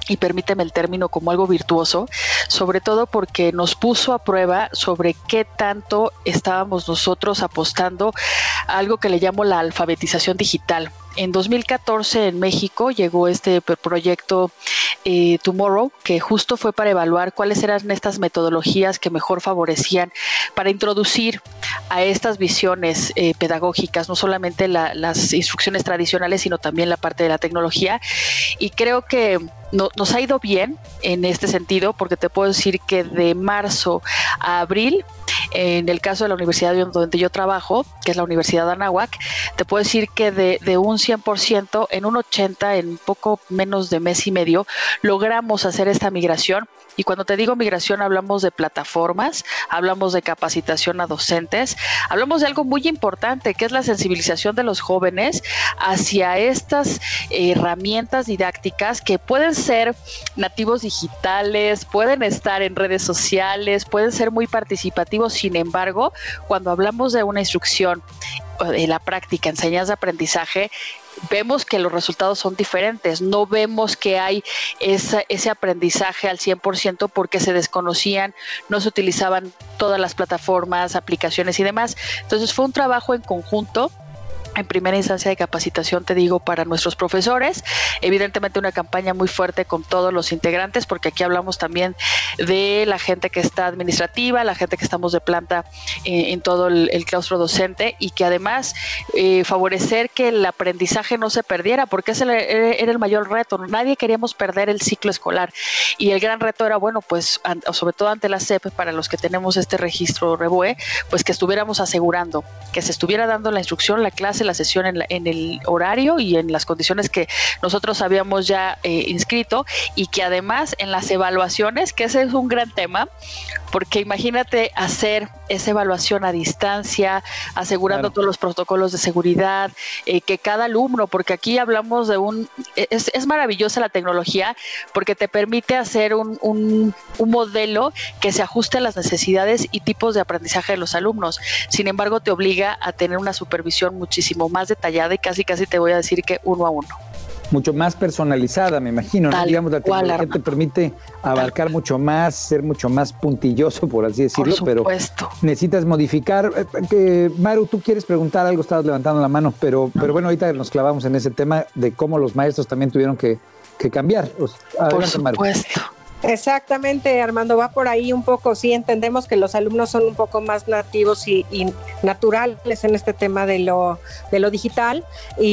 y permíteme el término, como algo virtuoso, sobre todo porque nos puso a prueba sobre qué tanto estábamos nosotros apostando a algo que le llamo la alfabetización digital. En dos mil catorce en México llegó este proyecto eh, Tomorrow, que justo fue para evaluar cuáles eran estas metodologías que mejor favorecían para introducir a estas visiones eh, pedagógicas, no solamente la, las instrucciones tradicionales, sino también la parte de la tecnología. Y creo que no, nos ha ido bien en este sentido, porque te puedo decir que de marzo a abril, en el caso de la universidad donde yo trabajo, que es la Universidad de Anáhuac, te puedo decir que de, de un cien por ciento, en un ochenta por ciento, en poco menos de mes y medio, logramos hacer esta migración. Y cuando te digo migración, hablamos de plataformas, hablamos de capacitación a docentes, hablamos de algo muy importante, que es la sensibilización de los jóvenes hacia estas herramientas didácticas que pueden ser nativos digitales, pueden estar en redes sociales, pueden ser muy participativos. Sin embargo, cuando hablamos de una instrucción, de la práctica, enseñanza, aprendizaje, vemos que los resultados son diferentes. No vemos que hay esa, ese aprendizaje al cien por ciento porque se desconocían, no se utilizaban todas las plataformas, aplicaciones y demás. Entonces fue un trabajo en conjunto. En primera instancia de capacitación, te digo, para nuestros profesores, evidentemente una campaña muy fuerte con todos los integrantes, porque aquí hablamos también de la gente que está administrativa, la gente que estamos de planta eh, en todo el, el claustro docente, y que además eh, favorecer que el aprendizaje no se perdiera, porque ese era el mayor reto. Nadie queríamos perder el ciclo escolar, y el gran reto era, bueno, pues an, sobre todo ante la S E P, para los que tenemos este registro REBOE, pues que estuviéramos asegurando que se estuviera dando la instrucción, la clase, la sesión en, la, en el horario y en las condiciones que nosotros habíamos ya eh, inscrito, y que además en las evaluaciones, que ese es un gran tema, porque imagínate hacer esa evaluación a distancia, asegurando claro. todos los protocolos de seguridad, eh, que cada alumno, porque aquí hablamos de un, es, es maravillosa la tecnología, porque te permite hacer un, un, un modelo que se ajuste a las necesidades y tipos de aprendizaje de los alumnos. Sin embargo, te obliga a tener una supervisión muchísimo más detallada, y casi casi te voy a decir que uno a uno. Mucho más personalizada, me imagino, ¿no? Digamos, la tecnología cual, te permite abarcar Tal. mucho más, ser mucho más puntilloso, por así decirlo, por pero necesitas modificar. Eh, Maru, tú quieres preguntar algo, estabas levantando la mano, pero, pero bueno, ahorita nos clavamos en ese tema de cómo los maestros también tuvieron que, que cambiar. Adelante, por supuesto. Maru. Exactamente, Armando, va por ahí un poco. Sí, entendemos que los alumnos son un poco más nativos y, y naturales en este tema de lo de lo digital,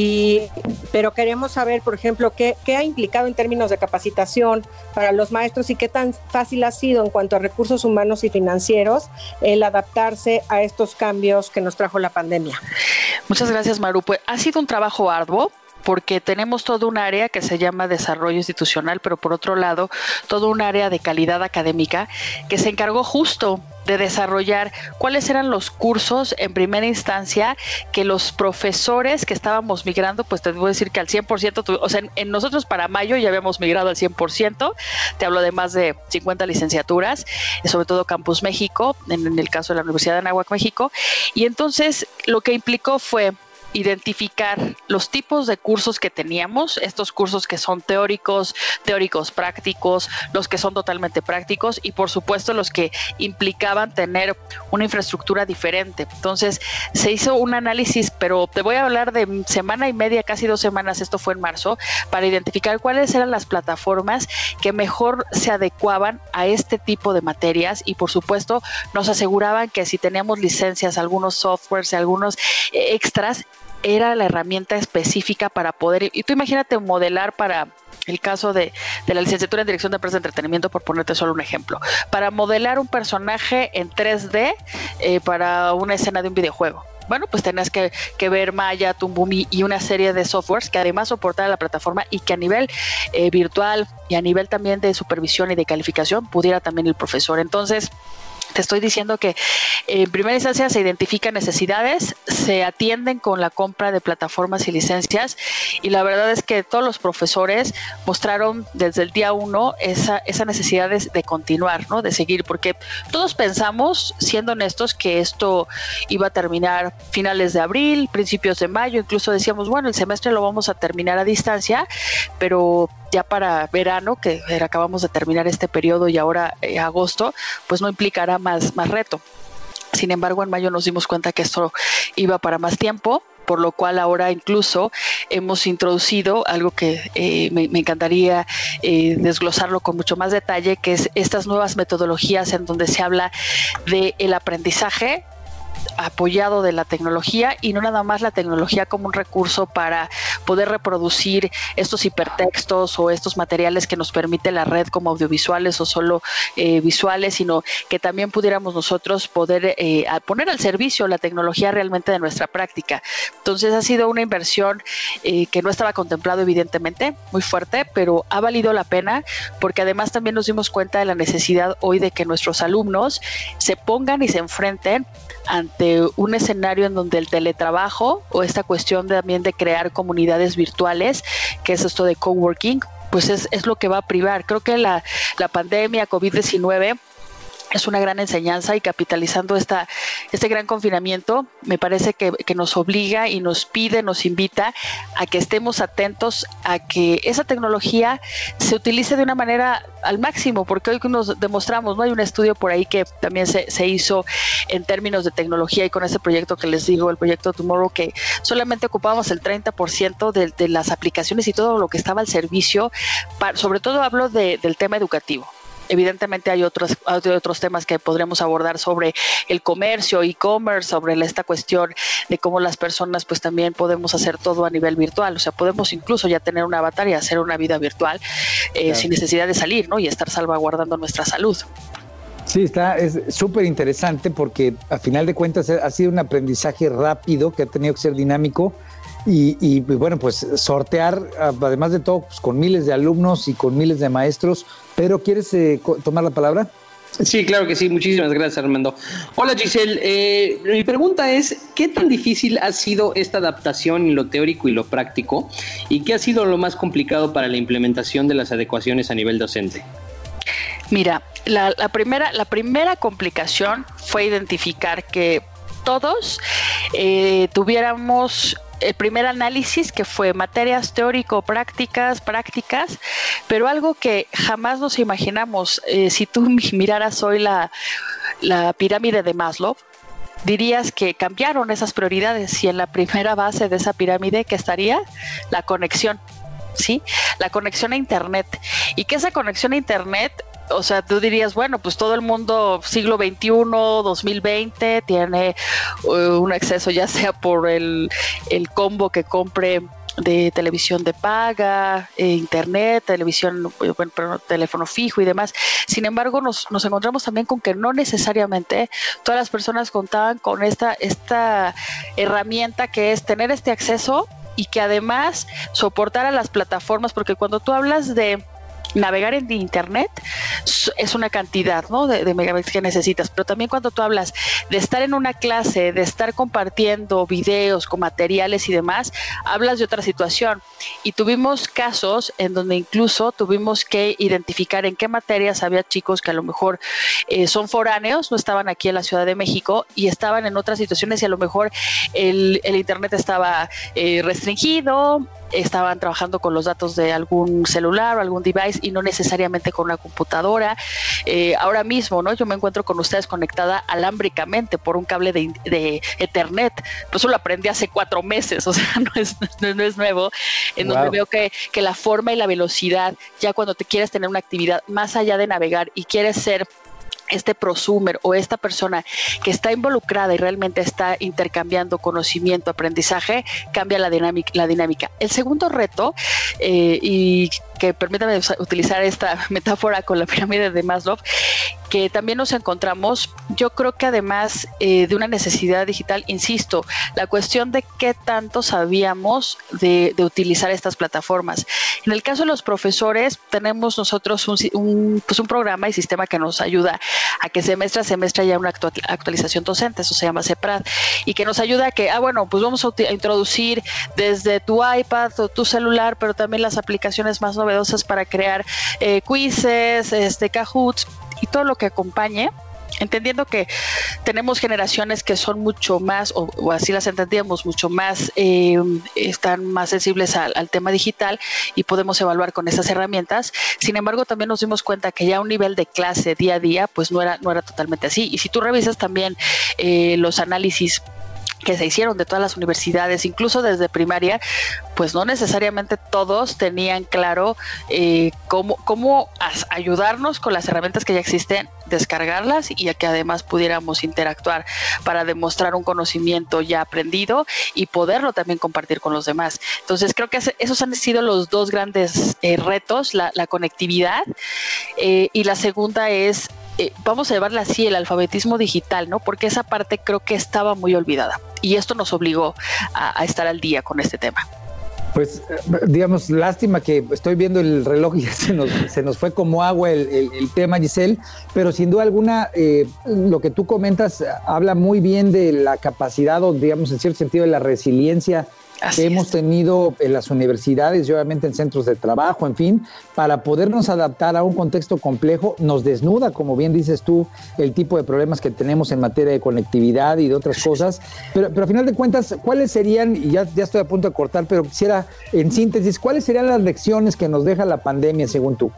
y pero queremos saber, por ejemplo, qué, qué ha implicado en términos de capacitación para los maestros, y qué tan fácil ha sido en cuanto a recursos humanos y financieros el adaptarse a estos cambios que nos trajo la pandemia. Muchas gracias, Maru. Pues ha sido un trabajo arduo, porque tenemos todo un área que se llama desarrollo institucional, pero por otro lado, todo un área de calidad académica que se encargó justo de desarrollar cuáles eran los cursos en primera instancia que los profesores que estábamos migrando, pues te voy a decir que al cien por ciento, o sea, en, en nosotros para mayo ya habíamos migrado al cien por ciento, te hablo de más de cincuenta licenciaturas, sobre todo Campus México, en, en el caso de la Universidad de Anáhuac, México, y entonces lo que implicó fue identificar los tipos de cursos que teníamos, estos cursos que son teóricos, teóricos prácticos, los que son totalmente prácticos, y por supuesto los que implicaban tener una infraestructura diferente. Entonces se hizo un análisis, pero te voy a hablar de semana y media, casi dos semanas, esto fue en marzo, para identificar cuáles eran las plataformas que mejor se adecuaban a este tipo de materias, y por supuesto nos aseguraban que si teníamos licencias, algunos softwares, algunos extras, era la herramienta específica para poder, y tú imagínate modelar para el caso de, de la licenciatura en Dirección de Empresas de Entretenimiento, por ponerte solo un ejemplo, para modelar un personaje en tres D eh, para una escena de un videojuego. Bueno, pues tenías que, que ver Maya, Toon Boom y, y una serie de softwares que además soportara la plataforma, y que a nivel eh, virtual y a nivel también de supervisión y de calificación pudiera también el profesor. Entonces, te estoy diciendo que en primera instancia se identifican necesidades, se atienden con la compra de plataformas y licencias, y la verdad es que todos los profesores mostraron desde el día uno esa, esa necesidad de, de continuar, ¿no? De seguir, porque todos pensamos, siendo honestos, que esto iba a terminar finales de abril, principios de mayo, incluso decíamos, bueno, el semestre lo vamos a terminar a distancia, pero ya para verano, que acabamos de terminar este periodo y ahora eh, agosto, pues no implicará más, más reto. Sin embargo, en mayo nos dimos cuenta que esto iba para más tiempo, por lo cual ahora incluso hemos introducido algo que eh, me, me encantaría eh, desglosarlo con mucho más detalle, que es estas nuevas metodologías en donde se habla del aprendizaje apoyado de la tecnología, y no nada más la tecnología como un recurso para poder reproducir estos hipertextos o estos materiales que nos permite la red como audiovisuales o solo eh, visuales, sino que también pudiéramos nosotros poder eh, poner al servicio la tecnología realmente de nuestra práctica. Entonces ha sido una inversión eh, que no estaba contemplado evidentemente, muy fuerte, pero ha valido la pena, porque además también nos dimos cuenta de la necesidad hoy de que nuestros alumnos se pongan y se enfrenten ante un escenario en donde el teletrabajo o esta cuestión de, también de crear comunidades virtuales, que es esto de coworking, pues es, es lo que va a privar. Creo que la, la pandemia COVID diecinueve es una gran enseñanza, y capitalizando esta, este gran confinamiento, me parece que, que nos obliga y nos pide, nos invita a que estemos atentos a que esa tecnología se utilice de una manera al máximo, porque hoy nos demostramos, ¿no? Hay un estudio por ahí que también se, se hizo en términos de tecnología, y con ese proyecto que les digo, el proyecto Tomorrow, que solamente ocupábamos el treinta por ciento de, de las aplicaciones y todo lo que estaba al servicio, para, sobre todo hablo de, del tema educativo. Evidentemente hay otros, hay otros temas que podremos abordar sobre el comercio, e-commerce, sobre esta cuestión de cómo las personas pues también podemos hacer todo a nivel virtual. O sea, podemos incluso ya tener un avatar y hacer una vida virtual eh, claro, sin necesidad de salir, ¿no? Y estar salvaguardando nuestra salud. Sí, está, es súper interesante, porque a final de cuentas ha sido un aprendizaje rápido que ha tenido que ser dinámico. Y, y bueno, pues sortear, además de todo, pues, con miles de alumnos y con miles de maestros. Pero, ¿quieres eh, tomar la palabra? Sí, claro que sí. Muchísimas gracias, Armando. Hola, Giselle. Eh, mi pregunta es, ¿qué tan difícil ha sido esta adaptación en lo teórico y lo práctico? ¿Y qué ha sido lo más complicado para la implementación de las adecuaciones a nivel docente? Mira, la, la, primera, la primera complicación fue identificar que todos eh, tuviéramos el primer análisis, que fue materias teórico-prácticas, prácticas, pero algo que jamás nos imaginamos. Eh, si tú miraras hoy la, la pirámide de Maslow, dirías que cambiaron esas prioridades, y en la primera base de esa pirámide, ¿qué estaría? La conexión, ¿sí? La conexión a Internet. Y que esa conexión a Internet, o sea, tú dirías, bueno, pues todo el mundo siglo veintiuno, dos mil veinte tiene uh, un acceso, ya sea por el, el combo que compre de televisión de paga, eh, internet, televisión, bueno, pero teléfono fijo y demás. Sin embargo, nos, nos encontramos también con que no necesariamente todas las personas contaban con esta, esta herramienta, que es tener este acceso, y que además soportara las plataformas, porque cuando tú hablas de navegar en internet es una cantidad, ¿no?, de, de megabytes que necesitas, pero también cuando tú hablas de estar en una clase, de estar compartiendo videos con materiales y demás, hablas de otra situación. Y tuvimos casos en donde incluso tuvimos que identificar en qué materias había chicos que a lo mejor eh, son foráneos, no estaban aquí en la Ciudad de México y estaban en otras situaciones, y a lo mejor el, el internet estaba eh, restringido, estaban trabajando con los datos de algún celular o algún device y no necesariamente con una computadora. Eh, ahora mismo, ¿no?, yo me encuentro con ustedes conectada alámbricamente por un cable de, de Ethernet. Pues eso lo aprendí hace cuatro meses, o sea, no es, no, no es nuevo, en wow. donde veo que, que la forma y la velocidad, ya cuando te quieres tener una actividad más allá de navegar y quieres ser este prosumer o esta persona que está involucrada y realmente está intercambiando conocimiento, aprendizaje, cambia la dinámica. La dinámica. El segundo reto, eh, y que permítame utilizar esta metáfora con la pirámide de Maslow, que también nos encontramos, yo creo que además eh, de una necesidad digital, insisto, la cuestión de qué tanto sabíamos de, de utilizar estas plataformas. En el caso de los profesores, tenemos nosotros un, un, pues un programa y sistema que nos ayuda a que semestre a semestre haya una actual, actualización docente, eso se llama CEPRAD, y que nos ayuda a que, ah, bueno, pues vamos a, a introducir desde tu iPad o tu celular, pero también las aplicaciones más novedosas para crear eh, quizzes, este, Kahoots, y todo lo que acompañe entendiendo que tenemos generaciones que son mucho más, o, o así las entendíamos, mucho más, eh, están más sensibles al, al tema digital y podemos evaluar con esas herramientas. Sin embargo, también nos dimos cuenta que ya un nivel de clase día a día, pues no era, no era totalmente así. Y si tú revisas también eh, los análisis que se hicieron de todas las universidades, incluso desde primaria, pues no necesariamente todos tenían claro eh, cómo, cómo ayudarnos con las herramientas que ya existen, descargarlas y a que además pudiéramos interactuar para demostrar un conocimiento ya aprendido y poderlo también compartir con los demás. Entonces creo que esos han sido los dos grandes eh, retos, la, la conectividad eh, y la segunda es Eh, vamos a llevarla así, el alfabetismo digital, ¿no? Porque esa parte creo que estaba muy olvidada y esto nos obligó a, a estar al día con este tema. Pues, digamos, lástima que estoy viendo el reloj y ya se nos, se nos fue como agua el, el, el tema, Giselle, pero sin duda alguna, eh, lo que tú comentas habla muy bien de la capacidad o, digamos, en cierto sentido, de la resiliencia Así que hemos es. tenido en las universidades y obviamente en centros de trabajo, en fin, para podernos adaptar a un contexto complejo. Nos desnuda, como bien dices tú, el tipo de problemas que tenemos en materia de conectividad y de otras cosas, pero, pero a final de cuentas, ¿cuáles serían, y ya, ya estoy a punto de cortar, pero quisiera en síntesis, ¿cuáles serían las lecciones que nos deja la pandemia según tú?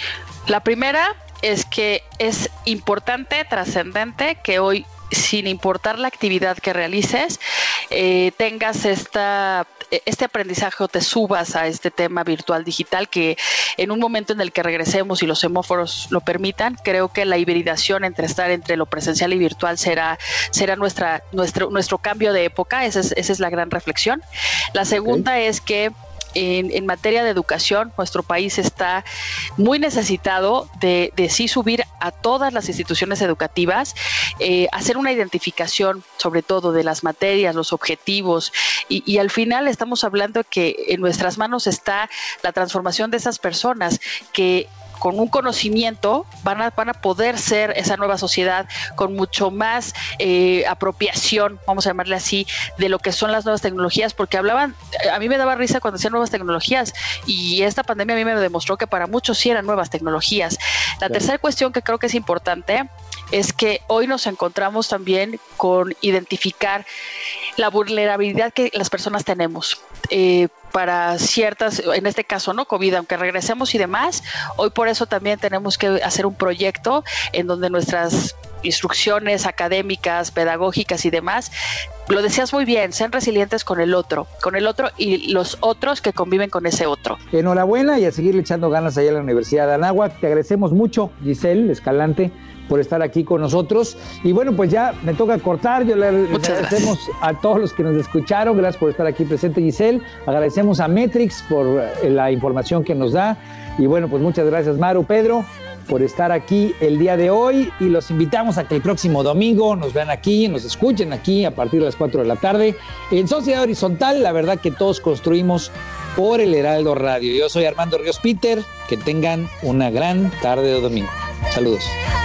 La primera es que es importante, trascendente, que hoy, sin importar la actividad que realices, eh, tengas esta, este aprendizaje o te subas a este tema virtual digital, que en un momento en el que regresemos y los semáforos lo permitan, creo que la hibridación entre estar entre lo presencial y virtual será, será nuestra, nuestro, nuestro cambio de época. Esa es, esa es la gran reflexión. La segunda okay. es que En, en materia de educación, nuestro país está muy necesitado de, de sí subir a todas las instituciones educativas, eh, hacer una identificación sobre todo de las materias, los objetivos y, y al final estamos hablando que en nuestras manos está la transformación de esas personas que con un conocimiento van a, van a poder ser esa nueva sociedad con mucho más eh, apropiación, vamos a llamarle así, de lo que son las nuevas tecnologías, porque hablaban, a mí me daba risa cuando decían nuevas tecnologías y esta pandemia a mí me demostró que para muchos sí eran nuevas tecnologías. La Claro. tercera cuestión que creo que es importante es que hoy nos encontramos también con identificar la vulnerabilidad que las personas tenemos eh, para ciertas, en este caso, ¿no? COVID, aunque regresemos y demás, hoy por eso también tenemos que hacer un proyecto en donde nuestras instrucciones académicas, pedagógicas y demás, lo decías muy bien, sean resilientes con el otro, con el otro y los otros que conviven con ese otro. Enhorabuena y a seguirle echando ganas allá en la Universidad de Anáhuac. Te agradecemos mucho, Giselle Escalante, por estar aquí con nosotros. Y bueno, pues ya me toca cortar. Yo le agradecemos a todos los que nos escucharon. Gracias por estar aquí presente, Giselle. Agradecemos a Metrix por la información que nos da. Y bueno, pues muchas gracias, Maru, Pedro, por estar aquí el día de hoy. Y los invitamos a que el próximo domingo nos vean aquí, nos escuchen aquí a partir de las cuatro de la tarde en Sociedad Horizontal. La verdad que todos construimos por el Heraldo Radio. Yo soy Armando Ríos Peter. Que tengan una gran tarde de domingo. Saludos.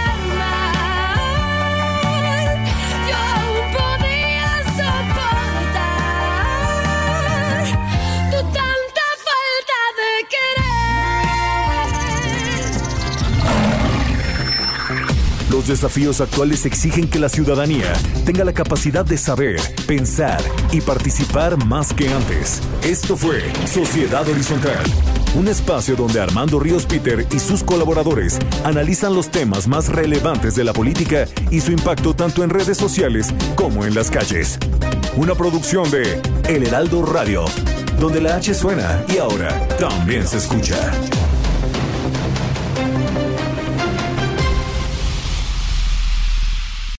Los desafíos actuales exigen que la ciudadanía tenga la capacidad de saber, pensar y participar más que antes. Esto fue Sociedad Horizontal, un espacio donde Armando Ríos Peter y sus colaboradores analizan los temas más relevantes de la política y su impacto tanto en redes sociales como en las calles. Una producción de El Heraldo Radio, donde la H suena y ahora también se escucha.